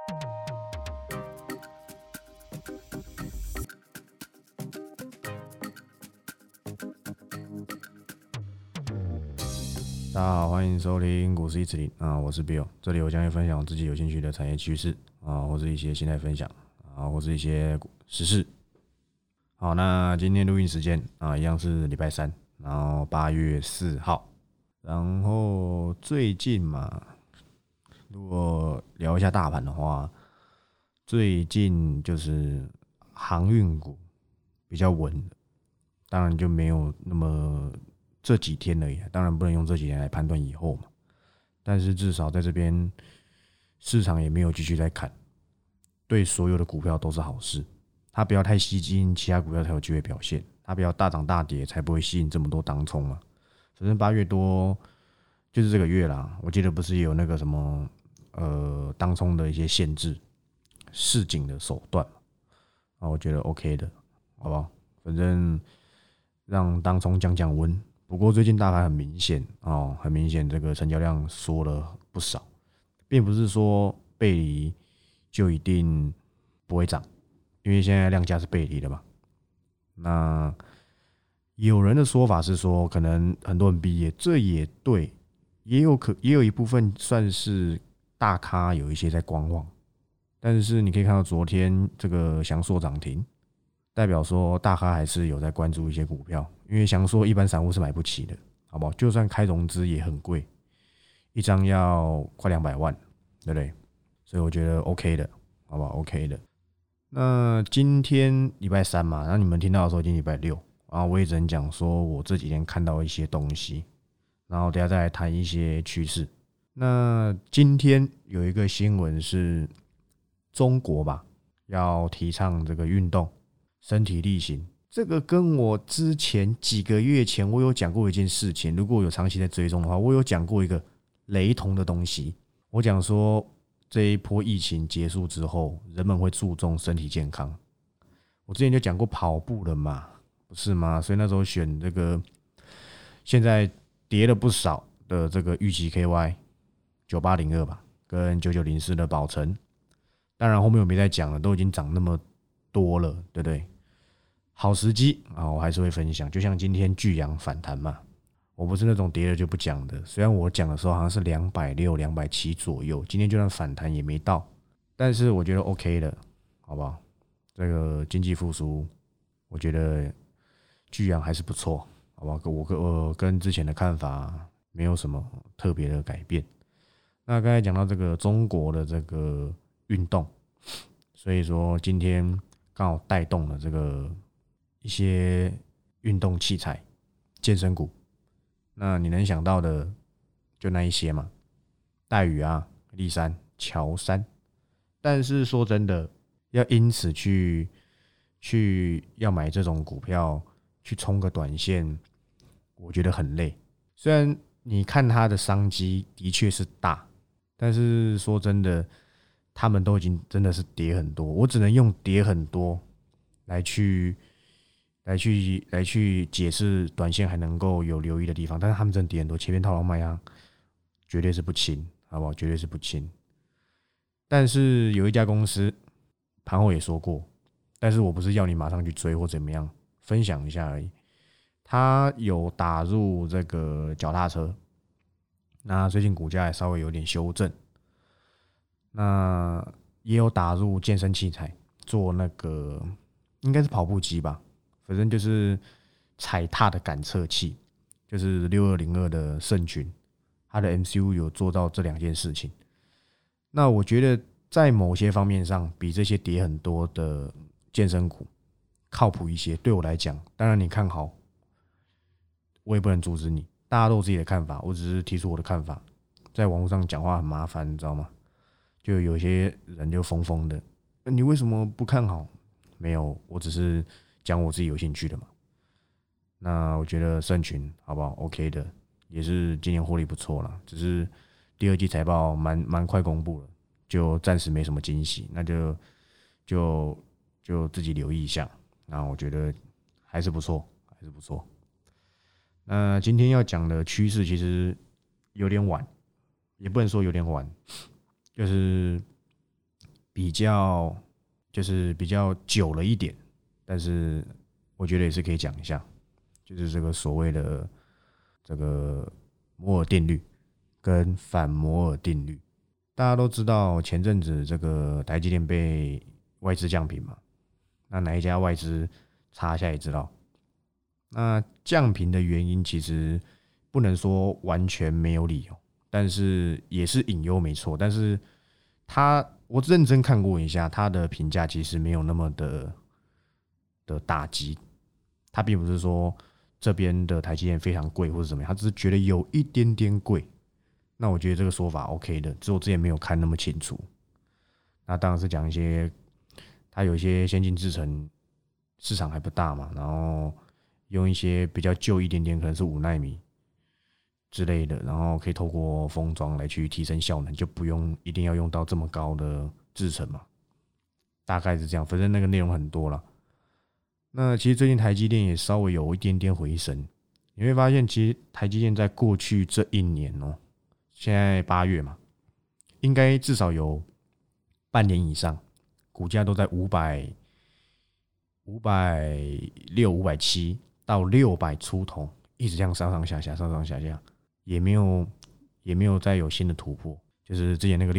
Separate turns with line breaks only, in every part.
大家好，欢迎收听股市140啊，我是 Bill， 这里我将会分享自己有兴趣的产业趋势啊，或是一些心态分享啊，或是一些时事。好，那今天录音时间啊，一样是礼拜三，然后8月4号。然后最近嘛，如果聊一下大盘的话，最近就是航运股比较稳，当然就没有那么这几天而已，当然不能用这几天来判断以后嘛。但是至少在这边市场也没有继续在砍，对所有的股票都是好事。它不要太吸金，其他股票才有机会表现；它不要大涨大跌，才不会吸引这么多当冲嘛。反正8月多就是这个月啦，我记得不是有那个什么当冲的一些限制、市井的手段啊，我觉得 OK 的，好不好？反正让当冲降降温。不过最近大盘很明显哦，很明显这个成交量缩了不少，并不是说背离就一定不会涨，因为现在量价是背离的嘛。那有人的说法是说，可能很多人毕业，这也对，也有一部分算是大咖有一些在观望，但是你可以看到昨天这个翔硕涨停，代表说大咖还是有在关注一些股票，因为翔硕一般散户是买不起的，好不好？就算开融资也很贵，一张要快200万，对不对？所以我觉得 OK 的，好不好 ？OK 的。那今天礼拜三嘛，那你们听到的时候已经礼拜六，然后我也只能讲说我这几天看到一些东西，然后等一下再来谈一些趋势。那今天有一个新闻是中国吧，要提倡这个运动，身体力行。这个跟我之前几个月前我有讲过一件事情，如果有长期在追踪的话，我有讲过一个雷同的东西。我讲说这一波疫情结束之后，人们会注重身体健康。我之前就讲过跑步了嘛，不是吗？所以那时候选这个现在跌了不少的这个预期 KY 9802吧，跟9904的宝成。当然后面我没再讲了，都已经涨那么多了，对不对？好时机啊，我还是会分享。就像今天巨阳反弹嘛，我不是那种跌了就不讲的。虽然我讲的时候好像是260、270左右，今天就算反弹也没到，但是我觉得 OK 的，好不好？这个经济复苏，我觉得巨阳还是不错，好不好？我跟之前的看法没有什么特别的改变。那刚才讲到这个中国的这个运动，所以说今天刚好带动了这个一些运动器材、健身股。那你能想到的就那一些嘛，戴宇啊、立山、乔山。但是说真的，要因此去要买这种股票去冲个短线，我觉得很累。虽然你看它的商机的确是大，但是说真的，他们都已经真的是跌很多，我只能用跌很多来去解释短线还能够有留意的地方，但是他们真的跌很多，前面套牢卖压绝对是不轻，好不好？绝对是不轻。但是有一家公司盘后也说过，但是我不是要你马上去追或怎么样，分享一下而已。他有打入这个脚踏车，那最近股价也稍微有点修正，那也有打入健身器材，做那个应该是跑步机吧，反正就是踩踏的感测器，就是6202的圣群，它的 MCU 有做到这2件事情。那我觉得在某些方面上，比这些跌很多的健身股靠谱一些。对我来讲，当然你看好，我也不能阻止你，大家都有自己的看法，我只是提出我的看法。在网络上讲话很麻烦，你知道吗？就有些人就疯疯的，你为什么不看好？没有，我只是讲我自己有兴趣的嘛。那我觉得盛群好不好 ？OK 的，也是今年获利不错啦，只是第2季财报蛮快公布了，就暂时没什么惊喜，那就自己留意一下。那我觉得还是不错，还是不错。那今天要讲的趋势其实有点晚，也不能说有点晚，就是比较久了一点，但是我觉得也是可以讲一下，就是这个所谓的这个摩尔定律跟反摩尔定律。大家都知道前阵子这个台积电被外资降评嘛，那哪一家外资查一下也知道。那降评的原因其实不能说完全没有理由，但是也是隐忧没错。但是我认真看过一下，他的评价其实没有那么的打击。他并不是说这边的台积电非常贵或者怎么样，他只是觉得有一点点贵。那我觉得这个说法 OK 的，只是我之前没有看那么清楚。那当然是讲一些它有一些先进制程市场还不大嘛，然后用一些比较旧一点点，可能是5奈米之类的，然后可以透过封装来去提升效能，就不用一定要用到这么高的制程嘛。大概是这样，反正那个内容很多啦。那其实最近台积电也稍微有一点点回升，你会发现其实台积电在过去这一年现在8月嘛，应该至少有半年以上，股价都在560、570到600出头，一直这样上上下下，上上下下，也没有再有新的突破。就是之前那个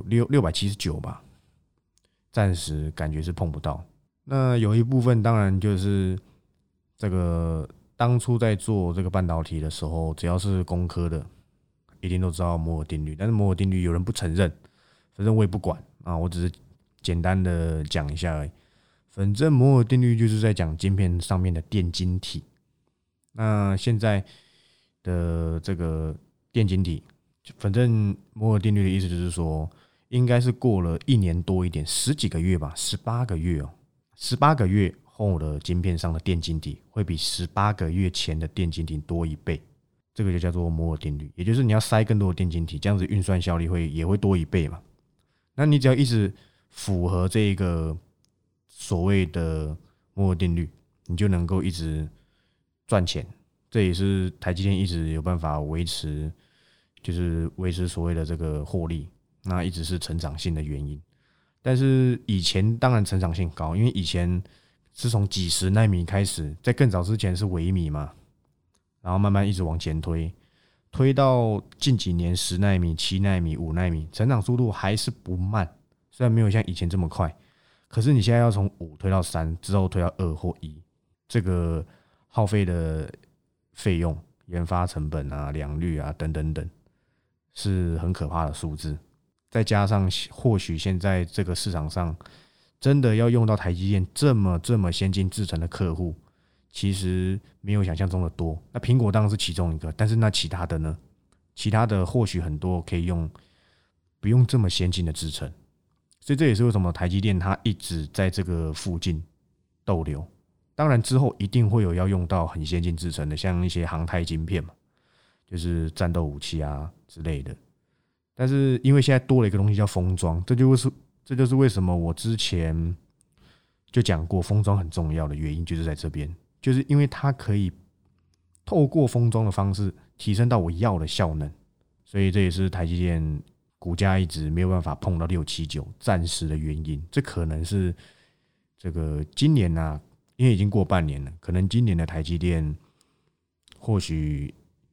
679吧，暂时感觉是碰不到。那有一部分当然就是这个当初在做这个半导体的时候，只要是工科的，一定都知道摩尔定律。但是摩尔定律有人不承认，反正我也不管啊，我只是简单的讲一下而已。反正摩尔定律就是在讲晶片上面的电晶体。那现在的这个电晶体，反正摩尔定律的意思就是说，应该是过了1年多一点，10几个月吧，18个月18个月后的晶片上的电晶体会比18个月前的电晶体多1倍，这个就叫做摩尔定律。也就是你要塞更多的电晶体，这样子运算效率也会多1倍嘛。那你只要一直符合这个所谓的摩尔定律，你就能够一直赚钱。这也是台积电一直有办法维持所谓的这个获利，那一直是成长性的原因。但是以前当然成长性高，因为以前是从几十奈米开始，在更早之前是微米嘛，然后慢慢一直往前推到近几年10奈米、7奈米、5奈米，成长速度还是不慢，虽然没有像以前这么快，可是你现在要从5推到3，之后推到2或1，这个耗费的费用、研发成本啊、良率啊等等等，是很可怕的数字。再加上或许现在这个市场上真的要用到台积电这么先进制程的客户，其实没有想象中的多。那苹果当然是其中一个，但是那其他的呢？其他的或许很多可以用不用这么先进的制程，所以这也是为什么台积电它一直在这个附近逗留。当然之后一定会有要用到很先进制程的，像一些航太晶片嘛，就是战斗武器啊之类的。但是因为现在多了一个东西叫封装，这就是为什么我之前就讲过封装很重要的原因，就是在这边，就是因为它可以透过封装的方式提升到我要的效能，所以这也是台积电股价一直没有办法碰到679暂时的原因。这可能是这个今年啊，因为已经过半年了，可能今年的台积电或许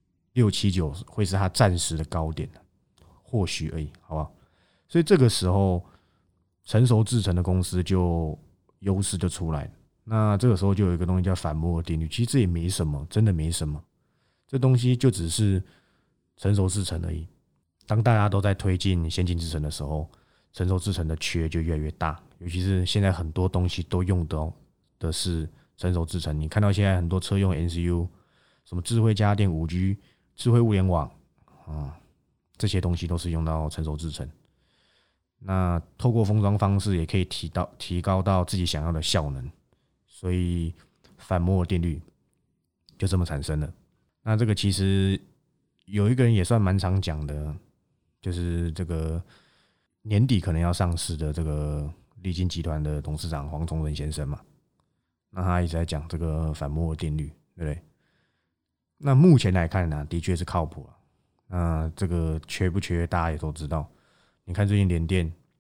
679会是它暂时的高点，或许而已，好不好？所以这个时候成熟制程的公司就优势就出来了。那这个时候就有一个东西叫反摩尔定律，其实这也没什么，真的没什么，这东西就只是成熟制程而已。当大家都在推进先进制程的时候，成熟制程的缺就越来越大，尤其是现在很多东西都用到的是成熟制程。你看到现在很多车用 MCU， 什么智慧家电、5G、智慧物联网这些东西都是用到成熟制程。那透过封装方式也可以提高到自己想要的效能，所以反摩尔定律就这么产生了。那这个其实有一个人也算蛮常讲的，就是这个年底可能要上市的这个力晶集团的董事长黄崇仁先生嘛，那他一直在讲这个反摩尔定律，对不对？那目前来看呢，的确是靠谱了。那这个缺不缺，大家也都知道。你看最近联电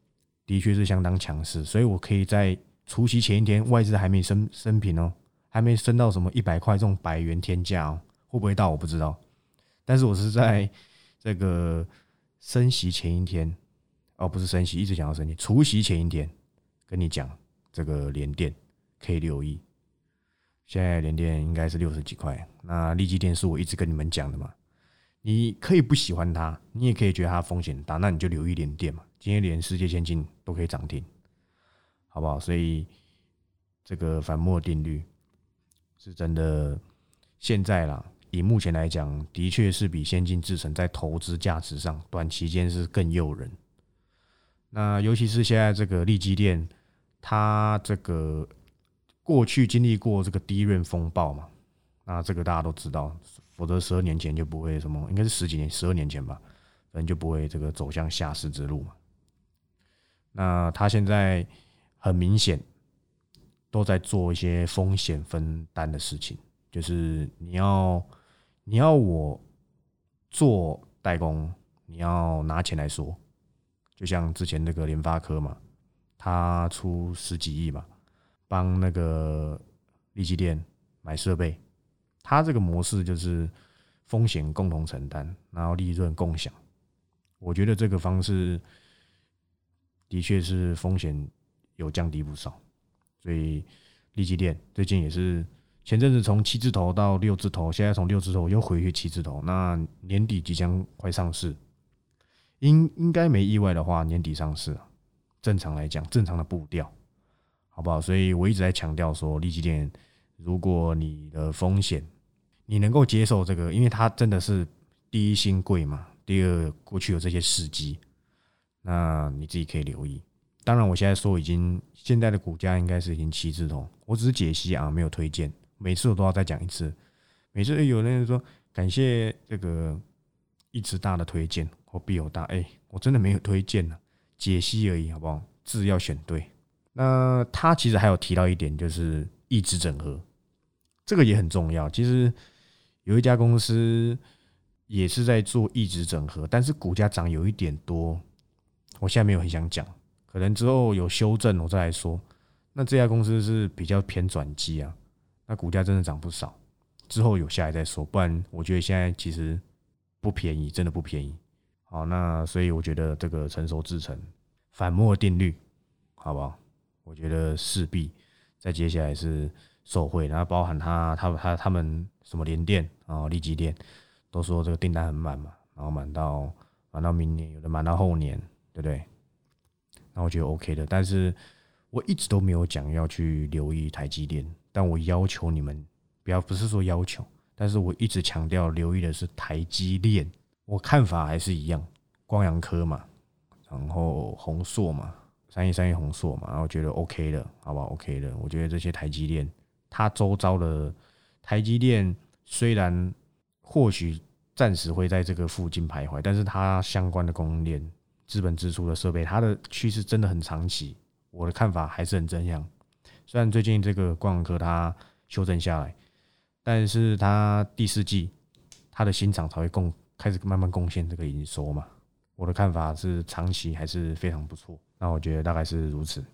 的确是相当强势，所以我可以在除夕前一天外资还没升平哦，还没升到什么100块这种百元天价哦，会不会到我不知道，但是我是在这个升息前一天，不是升息，一直讲到升息，除夕前一天跟你讲这个联电可以留意，现在联电应该是60几块，那力积电是我一直跟你们讲的嘛，你可以不喜欢它，你也可以觉得它风险大，那你就留意联电嘛，今天连世界先进都可以涨停，好不好？所以这个反摩尔定律是真的，现在啦，以目前来讲，的确是比先进制程在投资价值上，短期间是更诱人。那尤其是现在这个力积电，它这个过去经历过这个低润风暴嘛，那这个大家都知道，否则12年前就不会什么，应该是10几年、12年前吧，可能就不会这个走向下市之路嘛。那它现在很明显都在做一些风险分担的事情，就是你要我做代工，你要拿钱来说，就像之前那个联发科嘛，他出10几亿嘛，帮那个力积电买设备，他这个模式就是风险共同承担，然后利润共享。我觉得这个方式的确是风险有降低不少，所以力积电最近也是前阵子从7字头到6字头，现在从6字头又回去7字头，那年底即将快上市，应该没意外的话，年底上市，正常来讲，正常的步调，好不好？所以我一直在强调说，力积电，如果你的风险你能够接受这个，因为它真的是第一新贵嘛，第二过去有这些事迹，那你自己可以留意。当然，我现在说现在的股价应该是已经7字头，我只是解析啊，没有推荐。每次我都要再讲一次，每次有人说感谢这个一直大的推荐或必有大，我真的没有推荐了，解析而已，好不好？字要选对。那他其实还有提到一点，就是异质整合，这个也很重要。其实有一家公司也是在做异质整合，但是股价涨有一点多，我现在没有很想讲，可能之后有修正我再来说。那这家公司是比较偏转机啊，那股价真的涨不少，之后有下来再说，不然我觉得现在其实不便宜，真的不便宜。好，那所以我觉得这个成熟制程反摩尔定律，好不好？我觉得势必在接下来是受惠，然后包含他们什么联电啊、力积电都说这个订单很满嘛，然后满到明年，有的满到后年，对不对？那我觉得 OK 的，但是我一直都没有讲要去留意台积电，但我要求你们不是说要求，但是我一直强调留意的是台积电。我看法还是一样，光阳科嘛，然后宏硕嘛，3131宏硕嘛，然后觉得 OK 的，好不好 ？OK 的，我觉得这些台积电，它周遭的台积电虽然或许暂时会在这个附近徘徊，但是它相关的供应链、资本支出的设备，它的趋势真的很长期。我的看法还是很正向，虽然最近这个光阳科它修正下来，但是它第4季它的新厂才会开始慢慢贡献这个营收嘛。我的看法是长期还是非常不错，那我觉得大概是如此。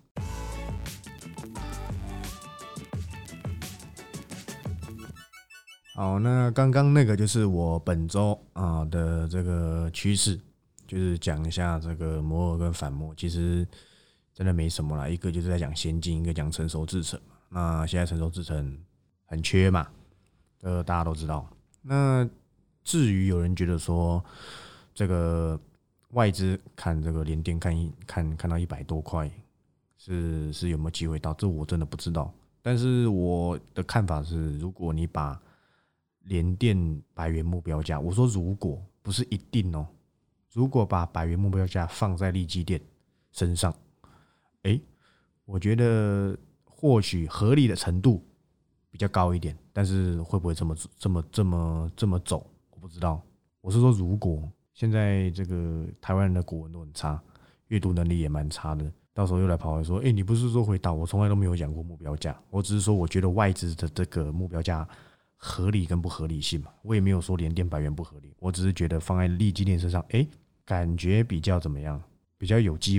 好，那刚刚那个就是我本周的这个趋势，就是讲一下这个摩尔跟反摩，其实真的没什么啦，一个就是在讲先进，一个讲成熟制程嘛。那现在成熟制程很缺嘛，大家都知道。那至于有人觉得说这个外资看这个联电看到100多块，是有没有机会到？这我真的不知道。但是我的看法是，如果你把联电100元目标价，我说如果不是一定哦，如果把100元目标价放在力积电身上，我觉得或许合理的程度比较高一点，但是会不会这么走，我不知道。我是说，如果现在这个台湾人的国文都很差，阅读能力也蛮差的，到时候又来跑来说，你不是说回答我从来都没有讲过目标价，我只是说我觉得外资的这个目标价合理跟不合理性嘛，我也没有说联电100元不合理，我只是觉得放在力积电身上，感觉比较怎么样，比较有机会，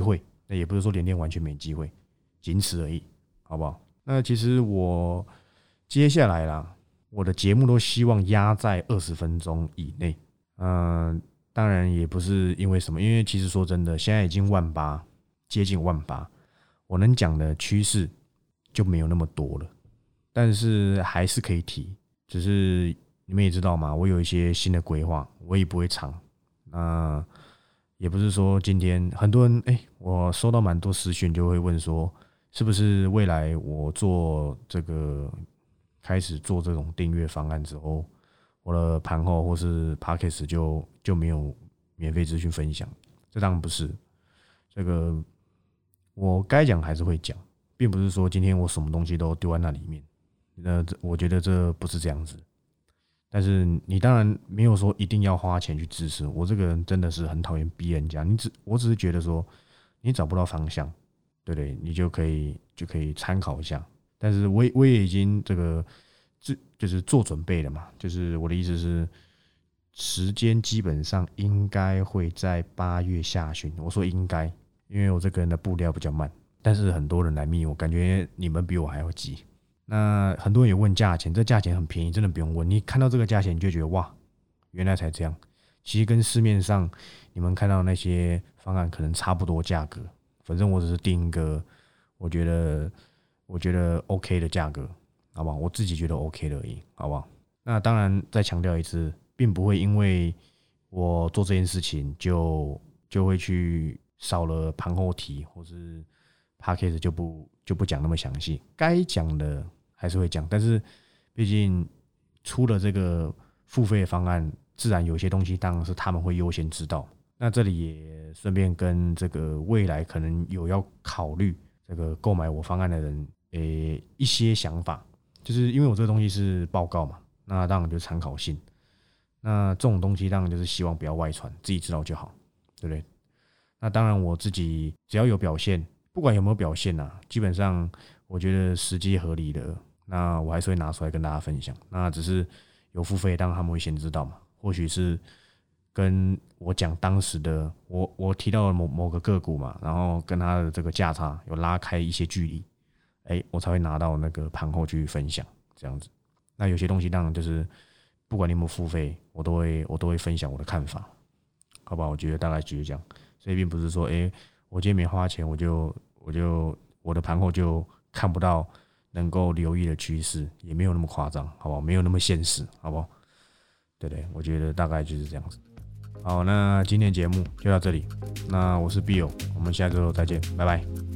那也不是说联电完全没机会，仅此而已，好不好？那其实我接下来啦，我的节目都希望压在20分钟以内。当然也不是因为什么，因为其实说真的，现在已经18000，接近18000，我能讲的趋势就没有那么多了，但是还是可以提。只是你们也知道嘛，我有一些新的规划，我也不会长。那也不是说今天很多人我收到蛮多私讯，就会问说，是不是未来我做这个开始做这种订阅方案之后，我的盘后或是 Podcast 就没有免费资讯分享？这当然不是，这个我该讲还是会讲，并不是说今天我什么东西都丢在那里面。我觉得这不是这样子。但是你当然没有说一定要花钱去支持我，这个人真的是很讨厌逼人家。我只是觉得说你找不到方向，对不对？你就可以参考一下。但是我也已经就是做准备了嘛，就是我的意思是，时间基本上应该会在8月下旬。我说应该，因为我这个人的步调比较慢，但是很多人来密我，感觉你们比我还要急。那很多人也问价钱，这价钱很便宜，真的不用问。你看到这个价钱，你就觉得哇，原来才这样。其实跟市面上你们看到那些方案可能差不多价格，反正我只是定一个我觉得 OK 的价格，好不好？我自己觉得 OK 的而已，好不好？那当然再强调一次，并不会因为我做这件事情就会去少了盘后题，或是 Podcast 就不讲那么详细，该讲的还是会讲，但是毕竟出了这个付费方案，自然有些東西当然是他们会优先知道。那这里也顺便跟这个未来可能有要考虑这个购买我方案的人，一些想法，就是因为我这个东西是报告嘛，那当然就是参考性。那这种东西当然就是希望不要外传，自己知道就好，对不对？那当然我自己只要有表现，不管有没有表现啊，基本上我觉得时机合理的，那我还是会拿出来跟大家分享。那只是有付费，当然他们会先知道嘛，或许是跟我讲当时的我提到了某个个股嘛，然后跟他的这个价差有拉开一些距离，我才会拿到那个盘后去分享这样子。那有些东西当然就是不管你有没有付费，我都会分享我的看法，好不好？我觉得大概就是这样，所以并不是说我今天没花钱，我的盘后就看不到能够留意的趋势，也没有那么夸张，好不好？没有那么现实，好不好？对不对？我觉得大概就是这样子。好，那今天的节目就到这里。那我是 Bill，我们下周再见，拜拜。